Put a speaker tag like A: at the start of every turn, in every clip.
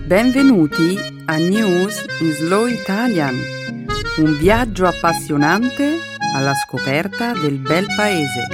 A: Benvenuti a News in Slow Italian, un viaggio appassionante alla scoperta del bel paese.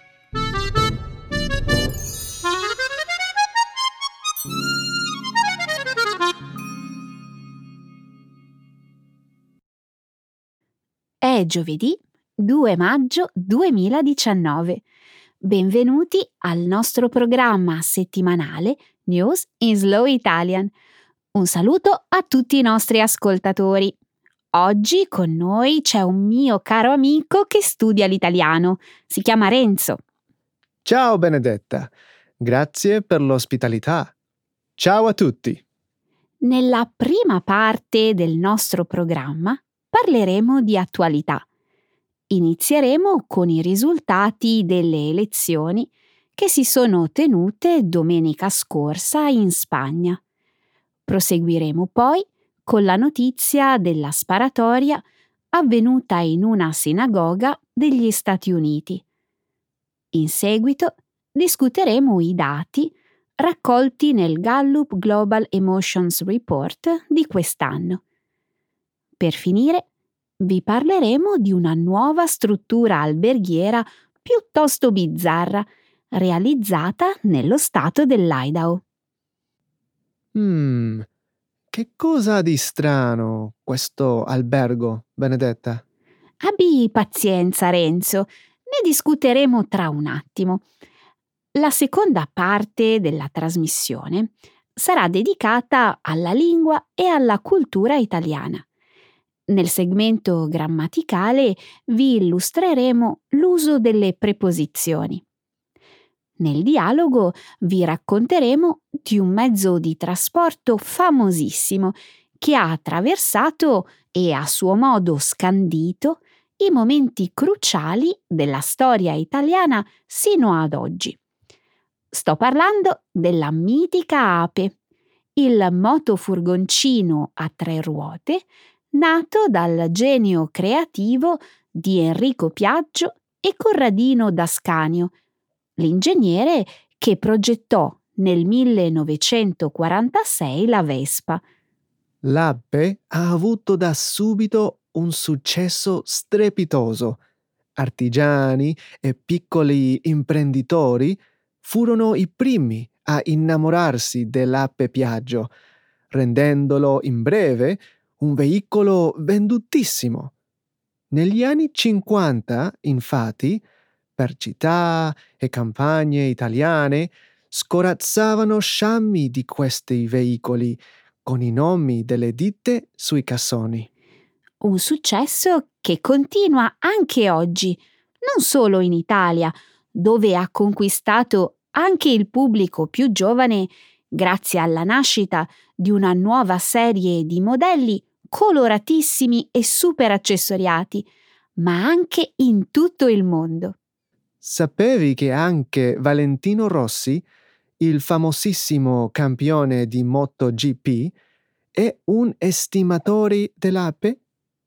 B: È giovedì 2 maggio 2019. Benvenuti al nostro programma settimanale News in Slow Italian. Un saluto a tutti i nostri ascoltatori. Oggi con noi c'è un mio caro amico che studia l'italiano. Si chiama Renzo.
C: Ciao Benedetta, grazie per l'ospitalità. Ciao a tutti.
B: Nella prima parte del nostro programma parleremo di attualità. Inizieremo con i risultati delle elezioni che si sono tenute domenica scorsa in Spagna. Proseguiremo poi con la notizia della sparatoria avvenuta in una sinagoga degli Stati Uniti. In seguito discuteremo i dati raccolti nel Gallup Global Emotions Report di quest'anno. Per finire, vi parleremo di una nuova struttura alberghiera piuttosto bizzarra, realizzata nello stato dell'Idaho.
C: Che cosa ha di strano questo albergo, Benedetta?
B: Abbi pazienza, Renzo, ne discuteremo tra un attimo. La seconda parte della trasmissione sarà dedicata alla lingua e alla cultura italiana. Nel segmento grammaticale vi illustreremo l'uso delle preposizioni. Nel dialogo vi racconteremo di un mezzo di trasporto famosissimo che ha attraversato e a suo modo scandito i momenti cruciali della storia italiana sino ad oggi. Sto parlando della mitica Ape, il motofurgoncino a 3 ruote nato dal genio creativo di Enrico Piaggio e Corradino D'Ascanio, l'ingegnere che progettò nel 1946 la Vespa.
C: L'Ape ha avuto da subito un successo strepitoso. Artigiani e piccoli imprenditori furono i primi a innamorarsi dell'Ape Piaggio, rendendolo in breve un veicolo vendutissimo. Negli anni 50, infatti, per città e campagne italiane scorazzavano sciammi di questi veicoli con i nomi delle ditte sui cassoni.
B: Un successo che continua anche oggi, non solo in Italia, dove ha conquistato anche il pubblico più giovane grazie alla nascita di una nuova serie di modelli coloratissimi e super accessoriati, ma anche in tutto il mondo.
C: Sapevi che anche Valentino Rossi, il famosissimo campione di MotoGP, è un estimatore dell'Ape?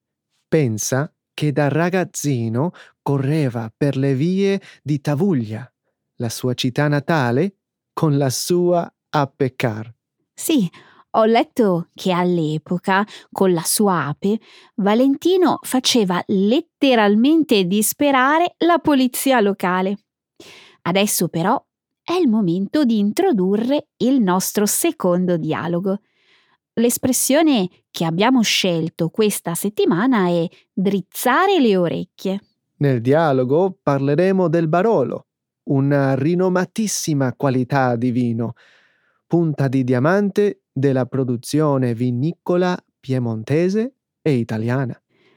C: Pensa che da ragazzino correva per le vie di Tavuglia, la sua città natale, con la sua Ape Car.
B: Sì, ho letto che all'epoca, con la sua Ape, Valentino faceva letteralmente disperare la polizia locale. Adesso però è il momento di introdurre il nostro secondo dialogo. L'espressione che abbiamo scelto questa settimana è drizzare le orecchie.
C: Nel dialogo parleremo del Barolo, una rinomatissima qualità di vino, punta di diamante della produzione vinicola piemontese e italiana.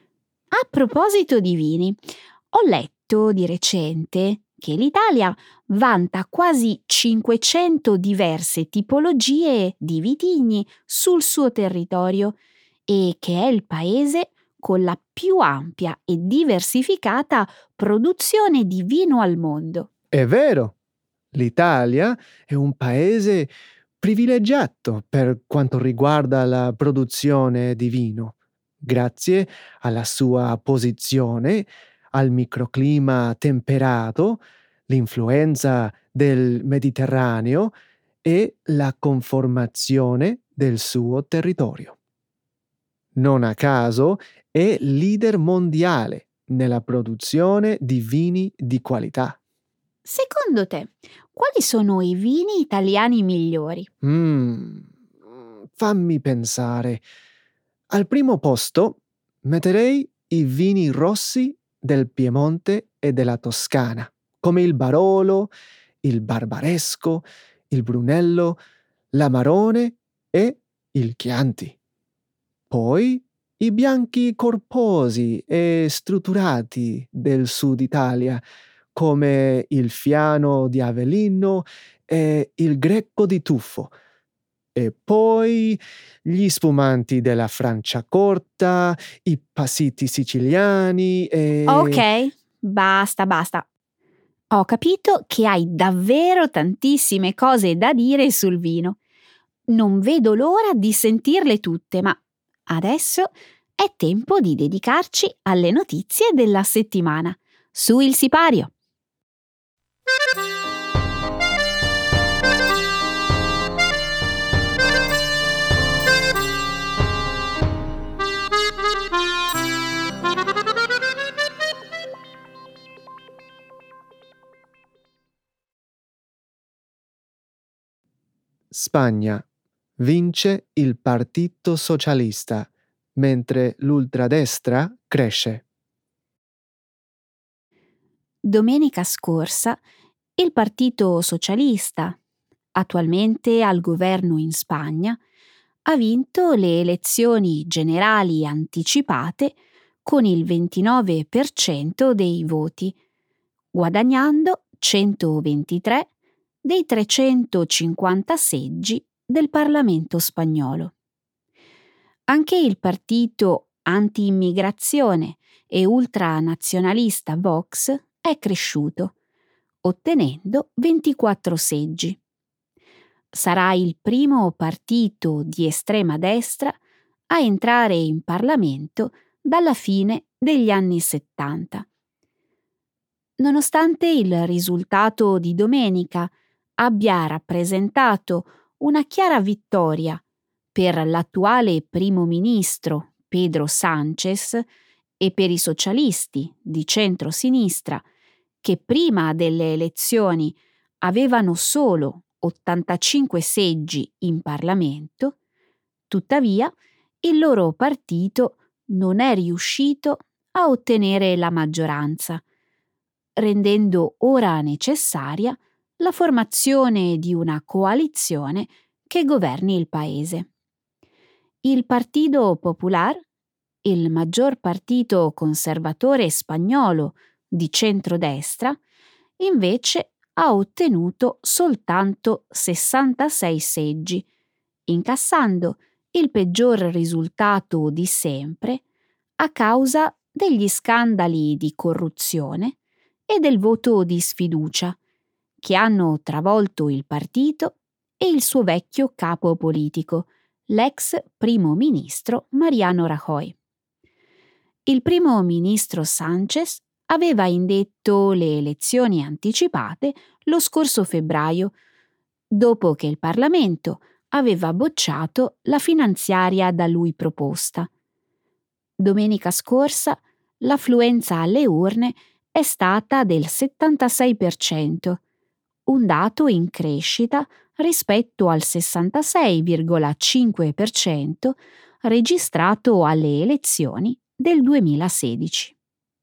B: A proposito di vini, ho letto di recente che l'Italia vanta quasi 500 diverse tipologie di vitigni sul suo territorio e che è il paese con la più ampia e diversificata produzione di vino al mondo.
C: È vero, l'Italia è un paese privilegiato per quanto riguarda la produzione di vino, grazie alla sua posizione, al microclima temperato, l'influenza del Mediterraneo e la conformazione del suo territorio. Non a caso è leader mondiale nella produzione di vini di qualità.
B: Secondo te, quali sono i vini italiani migliori?
C: Fammi pensare. Al primo posto metterei i vini rossi del Piemonte e della Toscana, come il Barolo, il Barbaresco, il Brunello, l'Amarone e il Chianti. Poi i bianchi corposi e strutturati del sud Italia, come il Fiano di Avellino e il Greco di Tuffo. E poi gli spumanti della Franciacorta, i passiti siciliani e...
B: Ok, basta. Ho capito che hai davvero tantissime cose da dire sul vino. Non vedo l'ora di sentirle tutte, ma adesso è tempo di dedicarci alle notizie della settimana. Su il sipario!
C: Spagna. Vince il Partito Socialista, mentre l'ultradestra cresce.
B: Domenica scorsa il Partito Socialista, attualmente al governo in Spagna, ha vinto le elezioni generali anticipate con il 29% dei voti, guadagnando 123 dei 350 seggi del Parlamento spagnolo. Anche il partito anti-immigrazione e ultranazionalista Vox è cresciuto, ottenendo 24 seggi. Sarà il primo partito di estrema destra a entrare in Parlamento dalla fine degli anni 70. Nonostante il risultato di domenica abbia rappresentato una chiara vittoria per l'attuale primo ministro Pedro Sánchez e per i socialisti di centro-sinistra, che prima delle elezioni avevano solo 85 seggi in Parlamento, tuttavia il loro partito non è riuscito a ottenere la maggioranza, rendendo ora necessaria la formazione di una coalizione che governi il paese. Il Partido Popular, il maggior partito conservatore spagnolo di centrodestra, invece ha ottenuto soltanto 66 seggi, incassando il peggior risultato di sempre a causa degli scandali di corruzione e del voto di sfiducia, che hanno travolto il partito e il suo vecchio capo politico, l'ex primo ministro Mariano Rajoy. Il primo ministro Sánchez aveva indetto le elezioni anticipate lo scorso febbraio, dopo che il Parlamento aveva bocciato la finanziaria da lui proposta. Domenica scorsa l'affluenza alle urne è stata del 76%, un dato in crescita rispetto al 66,5% registrato alle elezioni del 2016.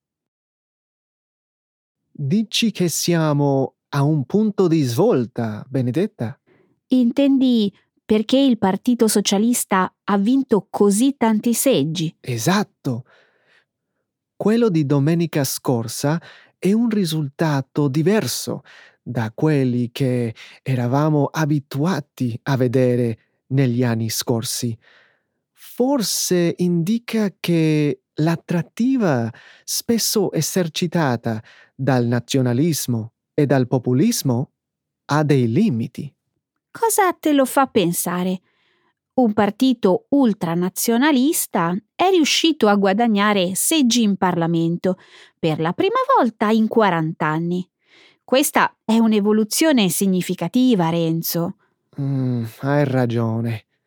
C: Dici che siamo a un punto di svolta, Benedetta?
B: Intendi perché il Partito Socialista ha vinto così tanti seggi?
C: Esatto. Quello di domenica scorsa è un risultato diverso da quelli che eravamo abituati a vedere negli anni scorsi. Forse indica che l'attrattiva spesso esercitata dal nazionalismo e dal populismo ha dei limiti.
B: Cosa te lo fa pensare? Un partito ultranazionalista è riuscito a guadagnare seggi in Parlamento per la prima volta in 40 anni. Questa è un'evoluzione significativa, Renzo.
C: Hai ragione.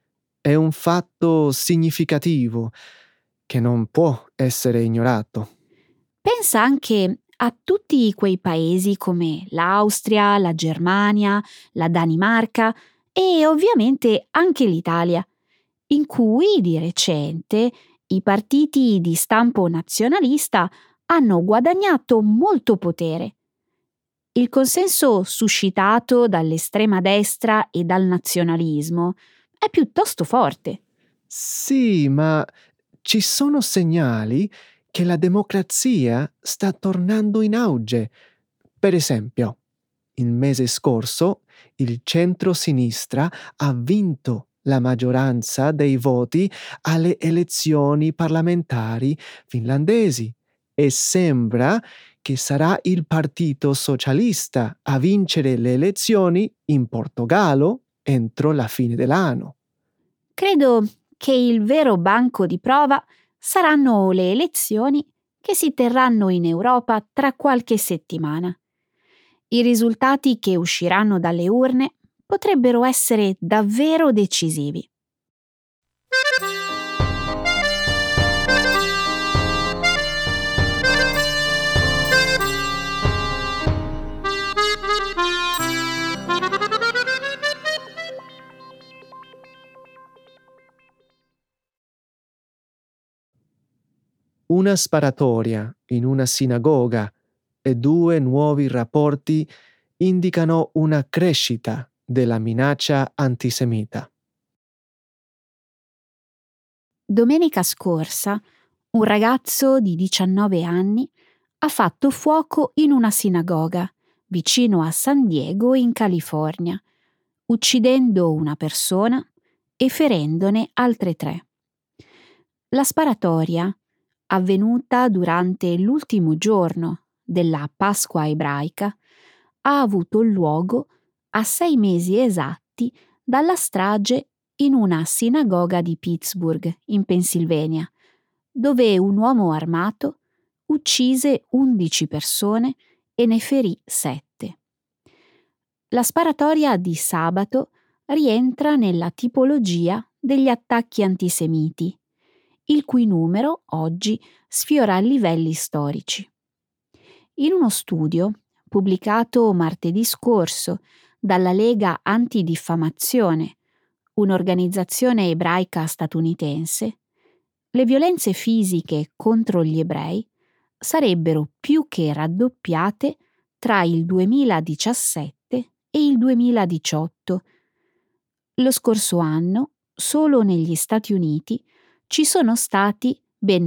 C: è un fatto significativo che non può essere ignorato.
B: Pensa anche a tutti quei paesi come l'Austria, la Germania, la Danimarca e ovviamente anche l'Italia, in cui di recente i partiti di stampo nazionalista hanno guadagnato molto potere. Il consenso suscitato dall'estrema destra e dal nazionalismo è piuttosto forte.
C: Sì, ma ci sono segnali che la democrazia sta tornando in auge. Per esempio, il mese scorso il centro-sinistra ha vinto la maggioranza dei voti alle elezioni parlamentari finlandesi e sembra che sarà il Partito Socialista a vincere le elezioni in Portogallo entro la fine dell'anno.
B: Credo che il vero banco di prova saranno le elezioni che si terranno in Europa tra qualche settimana. I risultati che usciranno dalle urne potrebbero essere davvero decisivi.
C: Una sparatoria in una sinagoga e 2 nuovi rapporti indicano una crescita della minaccia antisemita.
B: Domenica scorsa, un ragazzo di 19 anni ha fatto fuoco in una sinagoga vicino a San Diego, in California, uccidendo una persona e ferendone altre 3. La sparatoria, avvenuta durante l'ultimo giorno della Pasqua ebraica, ha avuto luogo a 6 mesi esatti dalla strage in una sinagoga di Pittsburgh, in Pennsylvania, dove un uomo armato uccise 11 persone e ne ferì 7. La sparatoria di sabato rientra nella tipologia degli attacchi antisemiti, il cui numero oggi sfiora livelli storici. In uno studio pubblicato martedì scorso dalla Lega Antidiffamazione, un'organizzazione ebraica statunitense, le violenze fisiche contro gli ebrei sarebbero più che raddoppiate tra il 2017 e il 2018. Lo scorso anno, solo negli Stati Uniti, ci sono stati ben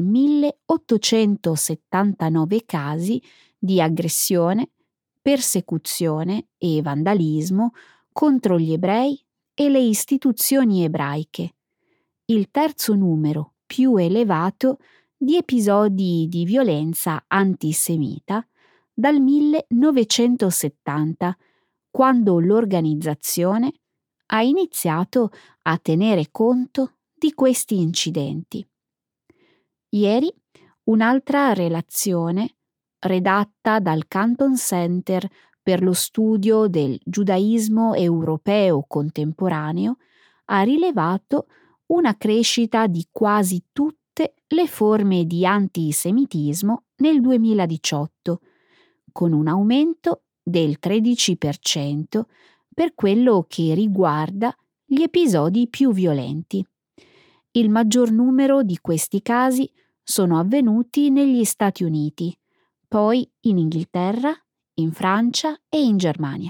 B: 1879 casi di aggressione, persecuzione e vandalismo contro gli ebrei e le istituzioni ebraiche, il terzo numero più elevato di episodi di violenza antisemita dal 1970, quando l'organizzazione ha iniziato a tenere conto di questi incidenti. Ieri un'altra relazione, redatta dal Canton Center per lo studio del giudaismo europeo contemporaneo, ha rilevato una crescita di quasi tutte le forme di antisemitismo nel 2018, con un aumento del 13% per quello che riguarda gli episodi più violenti. Il maggior numero di questi casi sono avvenuti negli Stati Uniti, poi in Inghilterra, in Francia e in Germania.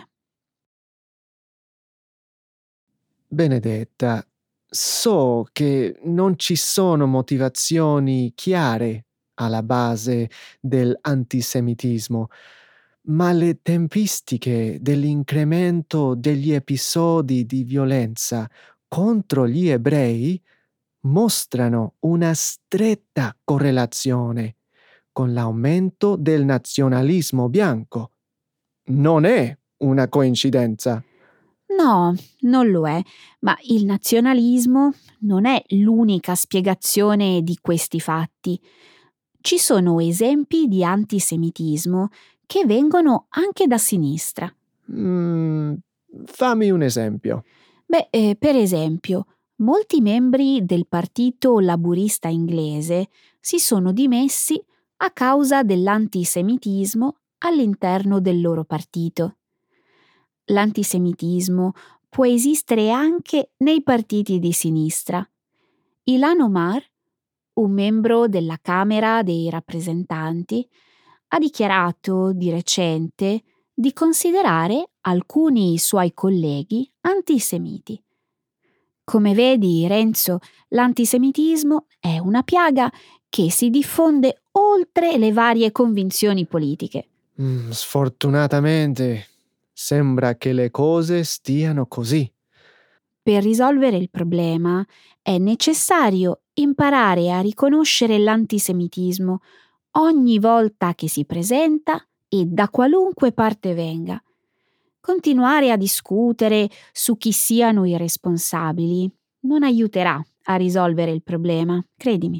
C: Benedetta, so che non ci sono motivazioni chiare alla base dell'antisemitismo, ma le tempistiche dell'incremento degli episodi di violenza contro gli ebrei mostrano una stretta correlazione con l'aumento del nazionalismo bianco. Non è una coincidenza.
B: No, non lo è, ma il nazionalismo non è l'unica spiegazione di questi fatti. Ci sono esempi di antisemitismo che vengono anche da sinistra.
C: Fammi un esempio.
B: Per esempio, Molti membri del Partito Laburista inglese si sono dimessi a causa dell'antisemitismo all'interno del loro partito. L'antisemitismo può esistere anche nei partiti di sinistra. Ilhan Omar, un membro della Camera dei rappresentanti, ha dichiarato di recente di considerare alcuni suoi colleghi antisemiti. Come vedi, Renzo, l'antisemitismo è una piaga che si diffonde oltre le varie convinzioni politiche.
C: Sfortunatamente, sembra che le cose stiano così.
B: Per risolvere il problema è necessario imparare a riconoscere l'antisemitismo ogni volta che si presenta e da qualunque parte venga. Continuare a discutere su chi siano i responsabili non aiuterà a risolvere il problema, credimi.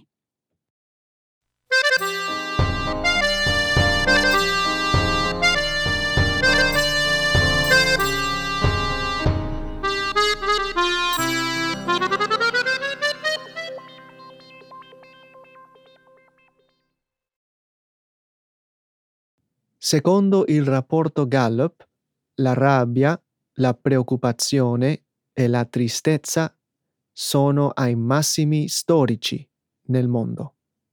C: Secondo il rapporto Gallup, la rabbia, la preoccupazione e la tristezza sono ai massimi storici nel mondo.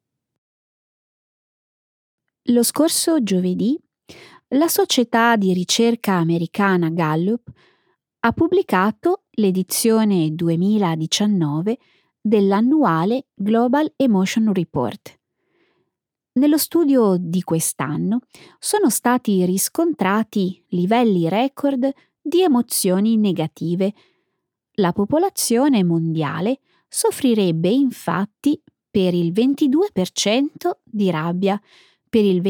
B: Lo scorso giovedì, la società di ricerca americana Gallup ha pubblicato l'edizione 2019 dell'annuale Global Emotion Report. Nello studio di quest'anno sono stati riscontrati livelli record di emozioni negative. La popolazione mondiale soffrirebbe infatti per il 22% di rabbia, per il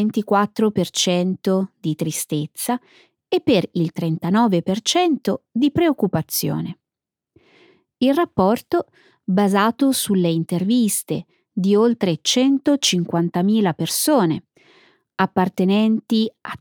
B: 24% di tristezza e per il 39% di preoccupazione. Il rapporto, basato sulle interviste di oltre 150.000 persone, appartenenti a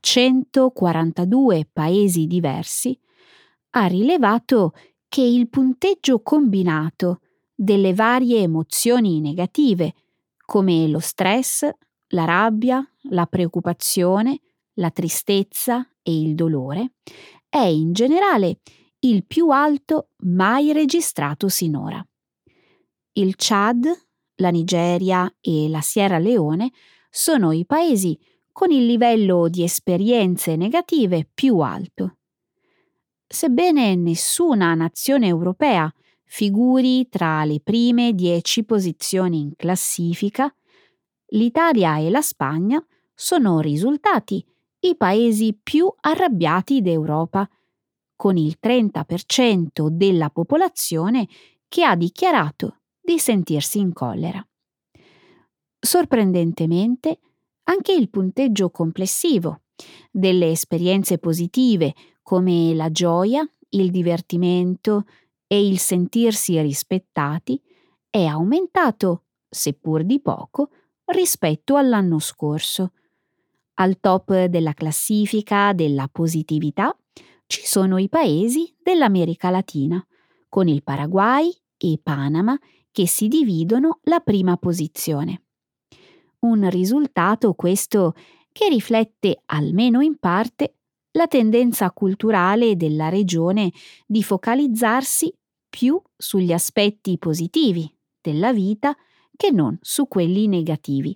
B: 142 paesi diversi, ha rilevato che il punteggio combinato delle varie emozioni negative, come lo stress, la rabbia, la preoccupazione, la tristezza e il dolore, è in generale il più alto mai registrato sinora. Il Chad, la Nigeria e la Sierra Leone sono i paesi con il livello di esperienze negative più alto. Sebbene nessuna nazione europea figuri tra le prime 10 posizioni in classifica, l'Italia e la Spagna sono risultati i paesi più arrabbiati d'Europa, con il 30% della popolazione che ha dichiarato di sentirsi in collera. Sorprendentemente, anche il punteggio complessivo delle esperienze positive come la gioia, il divertimento e il sentirsi rispettati è aumentato, seppur di poco, rispetto all'anno scorso. Al top della classifica della positività ci sono i paesi dell'America Latina, con il Paraguay e Panama che si dividono la prima posizione. Un risultato questo che riflette, almeno in parte, la tendenza culturale della regione di focalizzarsi più sugli aspetti positivi della vita che non su quelli negativi.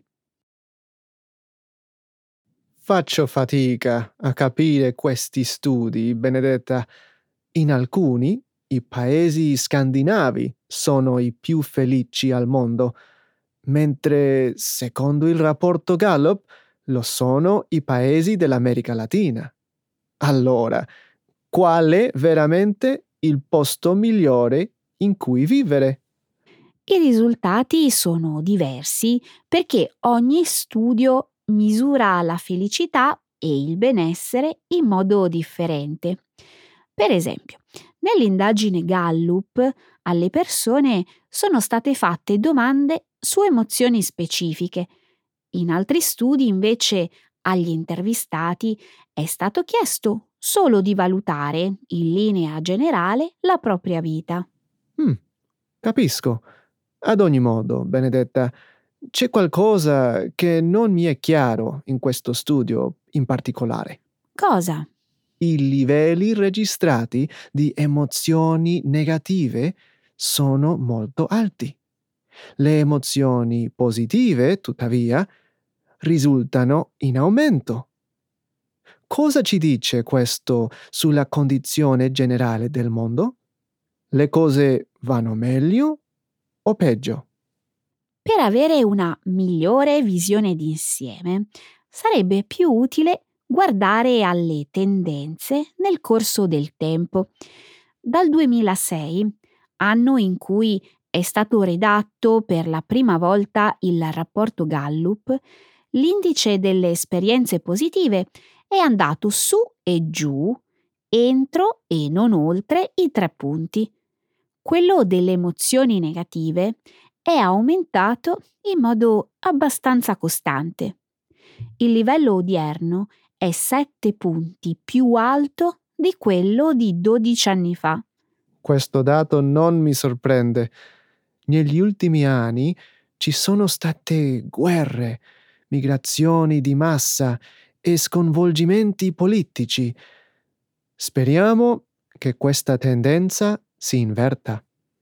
C: Faccio fatica a capire questi studi, Benedetta. In alcuni, i paesi scandinavi sono i più felici al mondo, mentre, secondo il rapporto Gallup, lo sono i paesi dell'America Latina. Allora, qual è veramente il posto migliore in cui vivere?
B: I risultati sono diversi perché ogni studio misura la felicità e il benessere in modo differente. Per esempio, nell'indagine Gallup alle persone sono state fatte domande su emozioni specifiche. In altri studi, invece, agli intervistati è stato chiesto solo di valutare, in linea generale, la propria vita.
C: Capisco. Ad ogni modo, Benedetta, c'è qualcosa che non mi è chiaro in questo studio in particolare.
B: Cosa?
C: I livelli registrati di emozioni negative sono molto alti. Le emozioni positive, tuttavia, risultano in aumento. Cosa ci dice questo sulla condizione generale del mondo? Le cose vanno meglio o peggio?
B: Per avere una migliore visione d'insieme, sarebbe più utile guardare alle tendenze nel corso del tempo. Dal 2006, anno in cui è stato redatto per la prima volta il rapporto Gallup, l'indice delle esperienze positive è andato su e giù, entro e non oltre i 3 punti. Quello delle emozioni negative è aumentato in modo abbastanza costante. Il livello odierno è 7 punti più alto di quello di 12 anni fa.
C: Questo dato non mi sorprende. Negli ultimi anni ci sono state guerre, migrazioni di massa e sconvolgimenti politici. Speriamo che questa tendenza si inverta.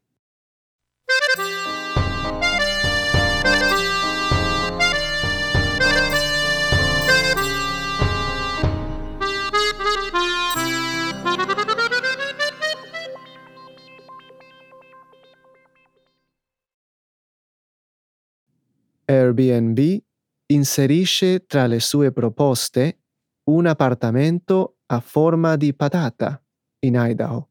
C: Airbnb inserisce tra le sue proposte un appartamento a forma di patata in Idaho.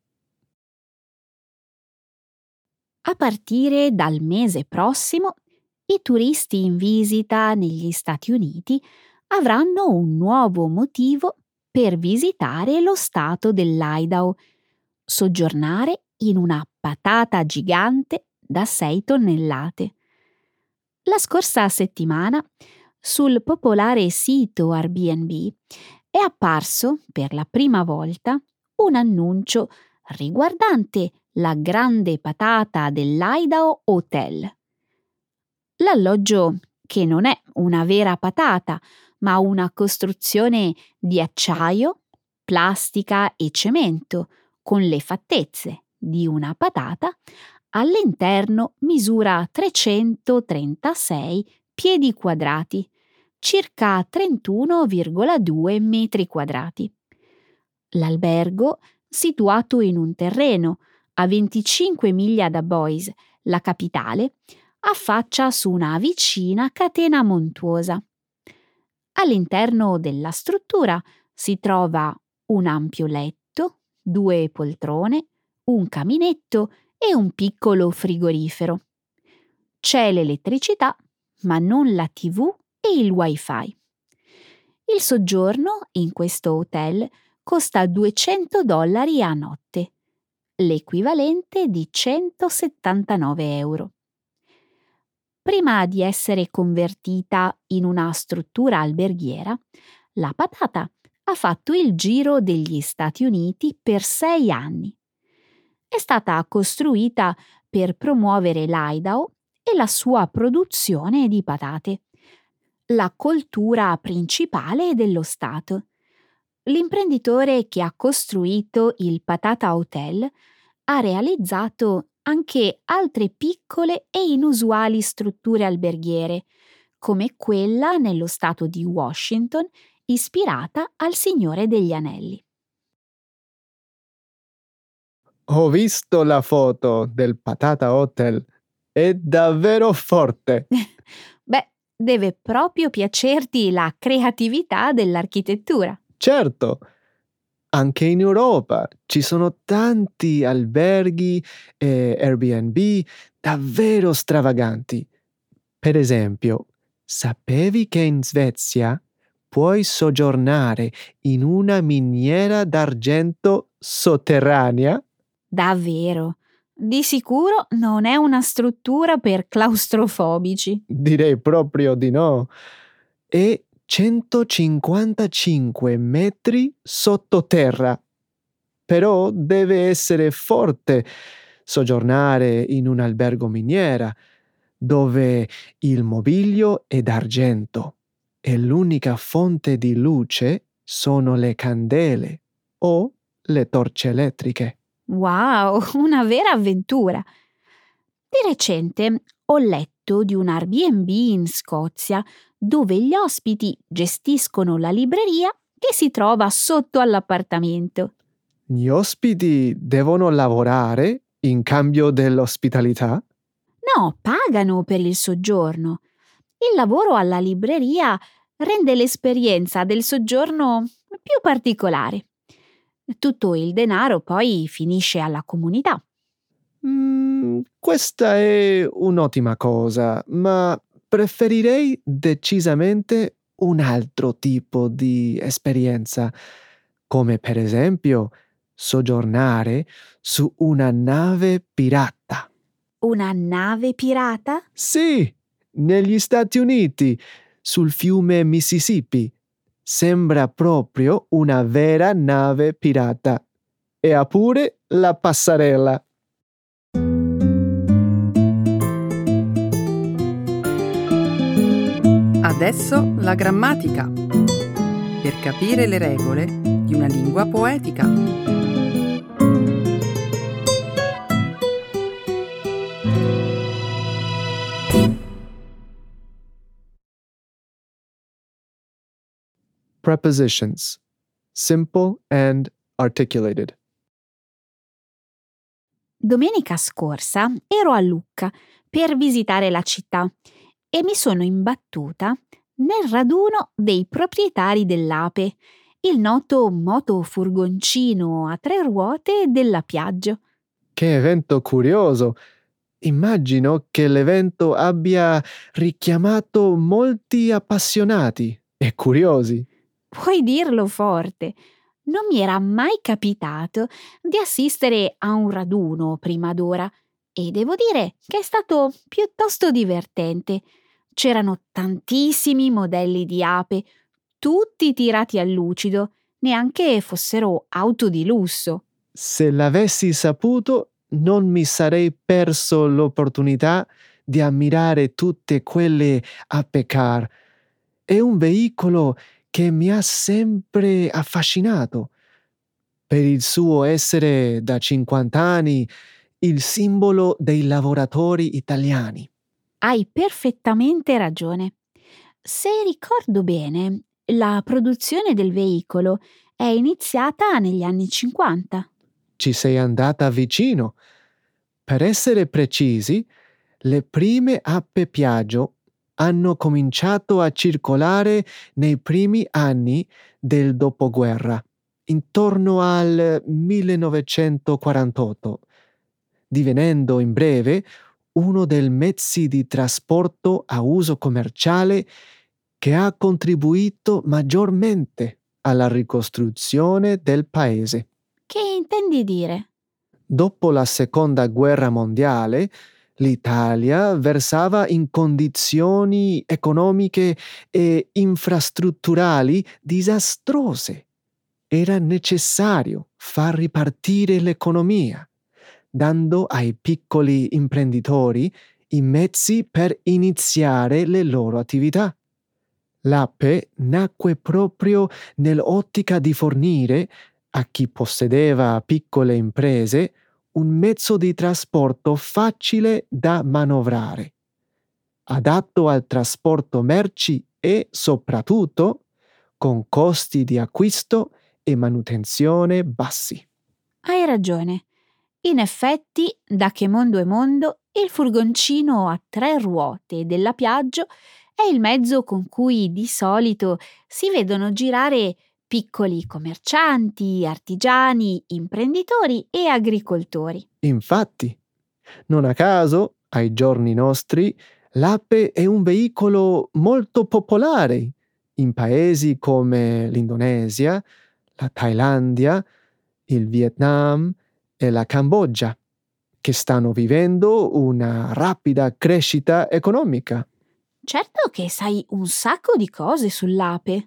B: A partire dal mese prossimo, i turisti in visita negli Stati Uniti avranno un nuovo motivo per visitare lo stato dell'Idaho, soggiornare in una patata gigante da 6 tonnellate. La scorsa settimana, sul popolare sito Airbnb, è apparso per la prima volta un annuncio riguardante la grande patata dell'Idaho Hotel. L'alloggio, che non è una vera patata, ma una costruzione di acciaio, plastica e cemento, con le fattezze di una patata, all'interno misura 336 piedi quadrati, circa 31,2 metri quadrati. L'albergo, situato in un terreno a 25 miglia da Boise, la capitale, affaccia su una vicina catena montuosa. All'interno della struttura si trova un ampio letto, 2 poltrone, un caminetto e un piccolo frigorifero. C'è l'elettricità, ma non la TV e il wifi. Il soggiorno in questo hotel costa $200 a notte, l'equivalente di 179 euro. Prima di essere convertita in una struttura alberghiera, la patata ha fatto il giro degli Stati Uniti per 6 anni. È stata costruita per promuovere l'Idaho e la sua produzione di patate, la coltura principale dello Stato. L'imprenditore che ha costruito il Patata Hotel ha realizzato anche altre piccole e inusuali strutture alberghiere, come quella nello stato di Washington, ispirata al Signore degli Anelli.
C: Ho visto la foto del Patata Hotel. È davvero forte.
B: Beh, deve proprio piacerti la creatività dell'architettura.
C: Certo, anche in Europa ci sono tanti alberghi e Airbnb davvero stravaganti. Per esempio, sapevi che in Svezia puoi soggiornare in una miniera d'argento sotterranea?
B: Davvero. Di sicuro non è una struttura per claustrofobici.
C: Direi proprio di no. È 155 metri sottoterra. Però deve essere forte. soggiornare in un albergo miniera, dove il mobilio è d'argento e l'unica fonte di luce sono le candele o le torce elettriche.
B: Wow, una vera avventura! Di recente ho letto di un Airbnb in Scozia dove gli ospiti gestiscono la libreria che si trova sotto all'appartamento.
C: Gli ospiti devono lavorare in cambio dell'ospitalità?
B: No, pagano per il soggiorno. Il lavoro alla libreria rende l'esperienza del soggiorno più particolare. Tutto il denaro poi finisce alla comunità.
C: Questa è un'ottima cosa, ma preferirei decisamente un altro tipo di esperienza, come per esempio soggiornare su una nave pirata.
B: Una nave pirata?
C: Sì, negli Stati Uniti, sul fiume Mississippi. Sembra proprio una vera nave pirata. E ha pure la passerella.
A: Adesso la grammatica, per capire le regole di una lingua poetica.
C: Prepositions. Simple and articulated.
B: Domenica scorsa ero a Lucca per visitare la città e mi sono imbattuta nel raduno dei proprietari dell'Ape, il noto motofurgoncino a 3 ruote della Piaggio.
C: Che evento curioso! Immagino che l'evento abbia richiamato molti appassionati e curiosi.
B: Puoi dirlo forte. Non mi era mai capitato di assistere a un raduno prima d'ora e devo dire che è stato piuttosto divertente. C'erano tantissimi modelli di ape, tutti tirati a lucido, neanche fossero auto di lusso.
C: Se l'avessi saputo, non mi sarei perso l'opportunità di ammirare tutte quelle ape car. È un veicolo che mi ha sempre affascinato. Per il suo essere da 50 anni il simbolo dei lavoratori italiani.
B: Hai perfettamente ragione. Se ricordo bene, la produzione del veicolo è iniziata negli anni 50.
C: Ci sei andata vicino. Per essere precisi, le prime ape Piaggio hanno cominciato a circolare nei primi anni del dopoguerra, intorno al 1948, divenendo in breve uno dei mezzi di trasporto a uso commerciale che ha contribuito maggiormente alla ricostruzione del paese.
B: Che intendi dire?
C: Dopo la Seconda Guerra Mondiale, l'Italia versava in condizioni economiche e infrastrutturali disastrose. Era necessario far ripartire l'economia, dando ai piccoli imprenditori i mezzi per iniziare le loro attività. L'Ape nacque proprio nell'ottica di fornire a chi possedeva piccole imprese un mezzo di trasporto facile da manovrare, adatto al trasporto merci e soprattutto con costi di acquisto e manutenzione bassi.
B: Hai ragione. In effetti, da che mondo è mondo, il furgoncino a 3 ruote della Piaggio è il mezzo con cui di solito si vedono girare piccoli commercianti, artigiani, imprenditori e agricoltori.
C: Infatti, non a caso, ai giorni nostri, l'Ape è un veicolo molto popolare in paesi come l'Indonesia, la Thailandia, il Vietnam e la Cambogia, che stanno vivendo una rapida crescita economica.
B: Certo che sai un sacco di cose sull'ape.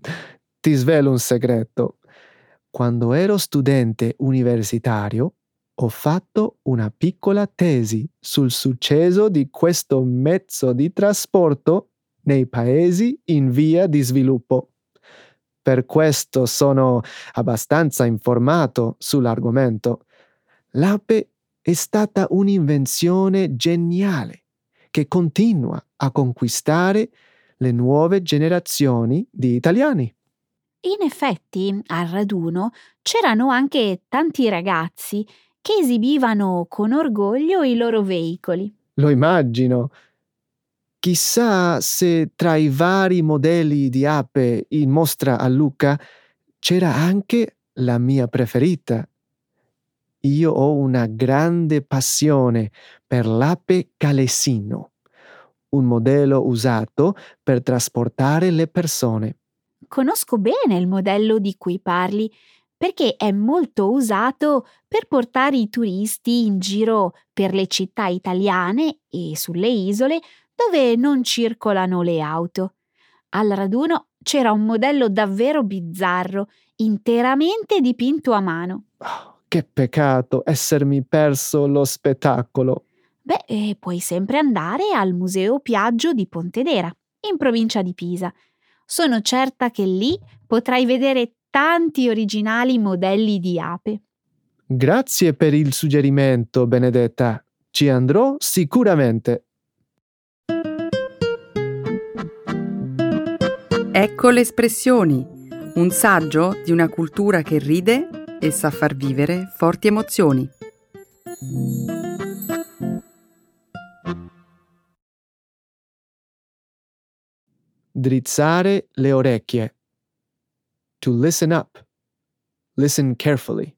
C: Ti svelo un segreto. Quando ero studente universitario, Ho fatto una piccola tesi sul successo di questo mezzo di trasporto nei paesi in via di sviluppo. Per questo sono abbastanza informato sull'argomento. L'ape è stata un'invenzione geniale che continua a conquistare le nuove generazioni di italiani.
B: In effetti, al raduno c'erano anche tanti ragazzi che esibivano con orgoglio i loro veicoli.
C: Lo immagino. Chissà se tra i vari modelli di ape in mostra a Lucca c'era anche la mia preferita. Io ho una grande passione per l'ape calesino, un modello usato per trasportare le persone.
B: Conosco bene il modello di cui parli, perché è molto usato per portare i turisti in giro per le città italiane e sulle isole dove non circolano le auto. Al raduno c'era un modello davvero bizzarro, interamente dipinto a mano.
C: Oh, che peccato essermi perso lo spettacolo.
B: Puoi sempre andare al Museo Piaggio di Pontedera, in provincia di Pisa. Sono certa che lì potrai vedere tanti originali modelli di ape.
C: Grazie per il suggerimento, Benedetta. Ci andrò sicuramente.
A: Ecco le espressioni, un saggio di una cultura che ride e sa far vivere forti emozioni.
C: Drizzare le orecchie. To listen up. Listen carefully.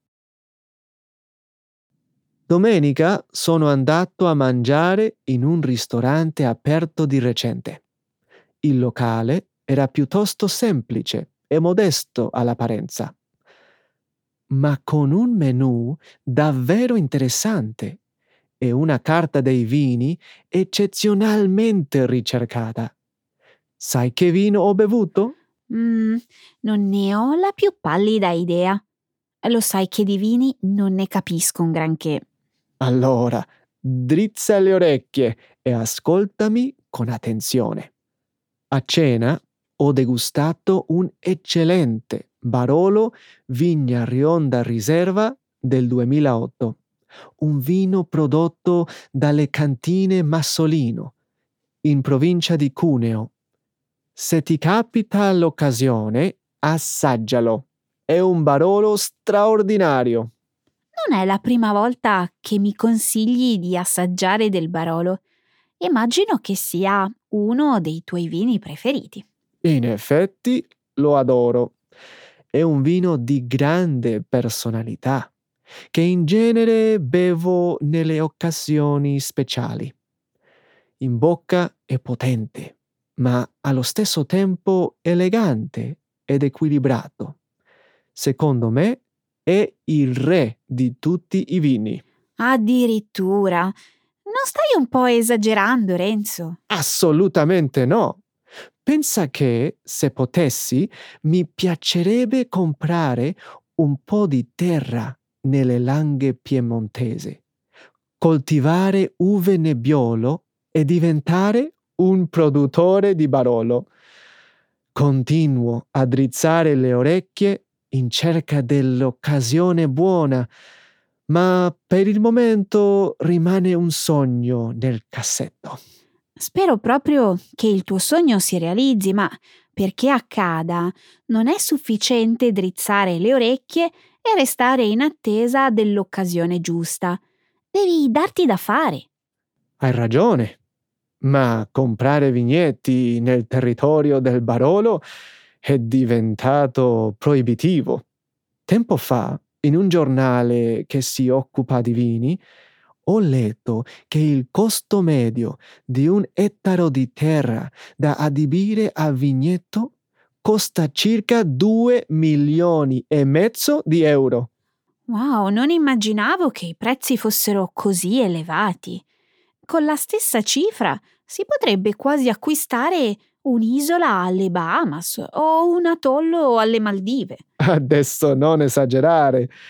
C: Domenica sono andato a mangiare in un ristorante aperto di recente. Il locale era piuttosto semplice e modesto all'apparenza, ma con un menù davvero interessante e una carta dei vini eccezionalmente ricercata. Sai che vino ho bevuto?
B: Non ne ho la più pallida idea. Lo sai che di vini non ne capisco un granché.
C: Allora, drizza le orecchie e ascoltami con attenzione. A cena ho degustato un eccellente Barolo Vigna Rionda Riserva del 2008, un vino prodotto dalle cantine Massolino, in provincia di Cuneo. Se ti capita l'occasione, assaggialo. È un Barolo straordinario.
B: Non è la prima volta che mi consigli di assaggiare del Barolo. Immagino che sia uno dei tuoi vini preferiti.
C: In effetti lo adoro. È un vino di grande personalità, che in genere bevo nelle occasioni speciali. In bocca è potente, ma allo stesso tempo elegante ed equilibrato. Secondo me è il re di tutti i vini.
B: Addirittura. Non stai un po' esagerando, Renzo?
C: Assolutamente no. Pensa che, se potessi, mi piacerebbe comprare un po' di terra nelle Langhe piemontesi, coltivare uve Nebbiolo e diventare un produttore di Barolo. Continuo a drizzare le orecchie in cerca dell'occasione buona, ma per il momento rimane un sogno nel cassetto.
B: Spero proprio che il tuo sogno si realizzi, ma perché accada, non è sufficiente drizzare le orecchie e restare in attesa dell'occasione giusta. Devi darti da fare.
C: Hai ragione, ma comprare vigneti nel territorio del Barolo è diventato proibitivo. Tempo fa, in un giornale che si occupa di vini, ho letto che il costo medio di un ettaro di terra da adibire a vigneto costa circa 2,5 milioni di euro.
B: Wow, non immaginavo che i prezzi fossero così elevati. Con la stessa cifra si potrebbe quasi acquistare un'isola alle Bahamas o un atollo alle Maldive.
C: Adesso non esagerare.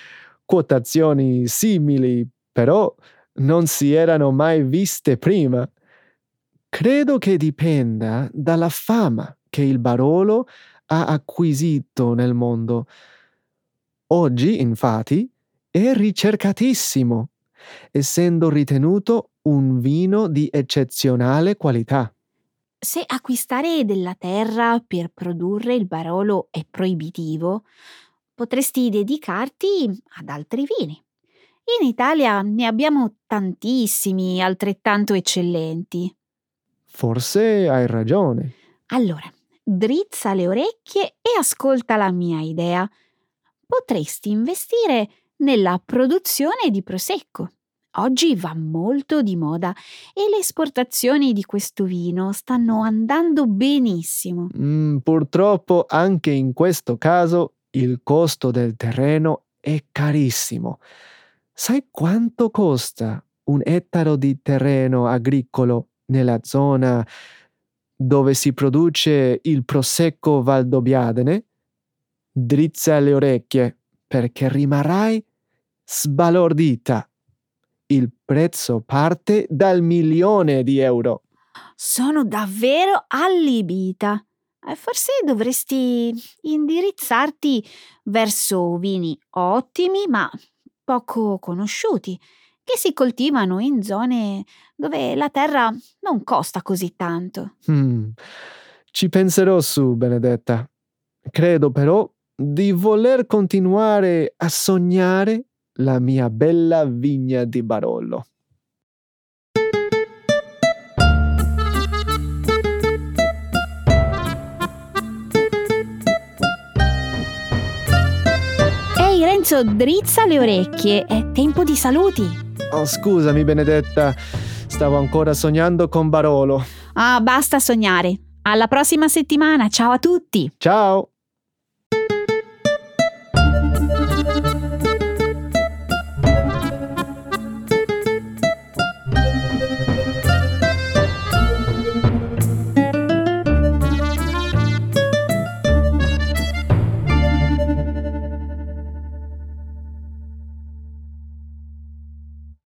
C: quotazioni simili, però non si erano mai viste prima. Credo che dipenda dalla fama che il Barolo ha acquisito nel mondo. Oggi, infatti, è ricercatissimo, essendo ritenuto un vino di eccezionale qualità.
B: Se acquistare della terra per produrre il Barolo è proibitivo, potresti dedicarti ad altri vini. In Italia ne abbiamo tantissimi altrettanto eccellenti.
C: Forse hai ragione.
B: Allora, drizza le orecchie e ascolta la mia idea. Potresti investire nella produzione di prosecco. Oggi va molto di moda e le esportazioni di questo vino stanno andando benissimo.
C: Purtroppo anche in questo caso il costo del terreno è carissimo. Sai quanto costa un ettaro di terreno agricolo nella zona dove si produce il prosecco Valdobbiadene? Drizza le orecchie perché rimarrai sbalordita. Il prezzo parte dal 1.000.000 di euro.
B: Sono davvero allibita. Forse dovresti indirizzarti verso vini ottimi ma poco conosciuti, che si coltivano in zone dove la terra non costa così tanto.
C: Ci penserò su, Benedetta. Credo però di voler continuare a sognare la mia bella vigna di Barolo.
B: Ehi Renzo, drizza le orecchie, è tempo di saluti.
C: Oh, scusami, Benedetta, stavo ancora sognando con Barolo.
B: Basta sognare. Alla prossima settimana, ciao a tutti!
C: Ciao!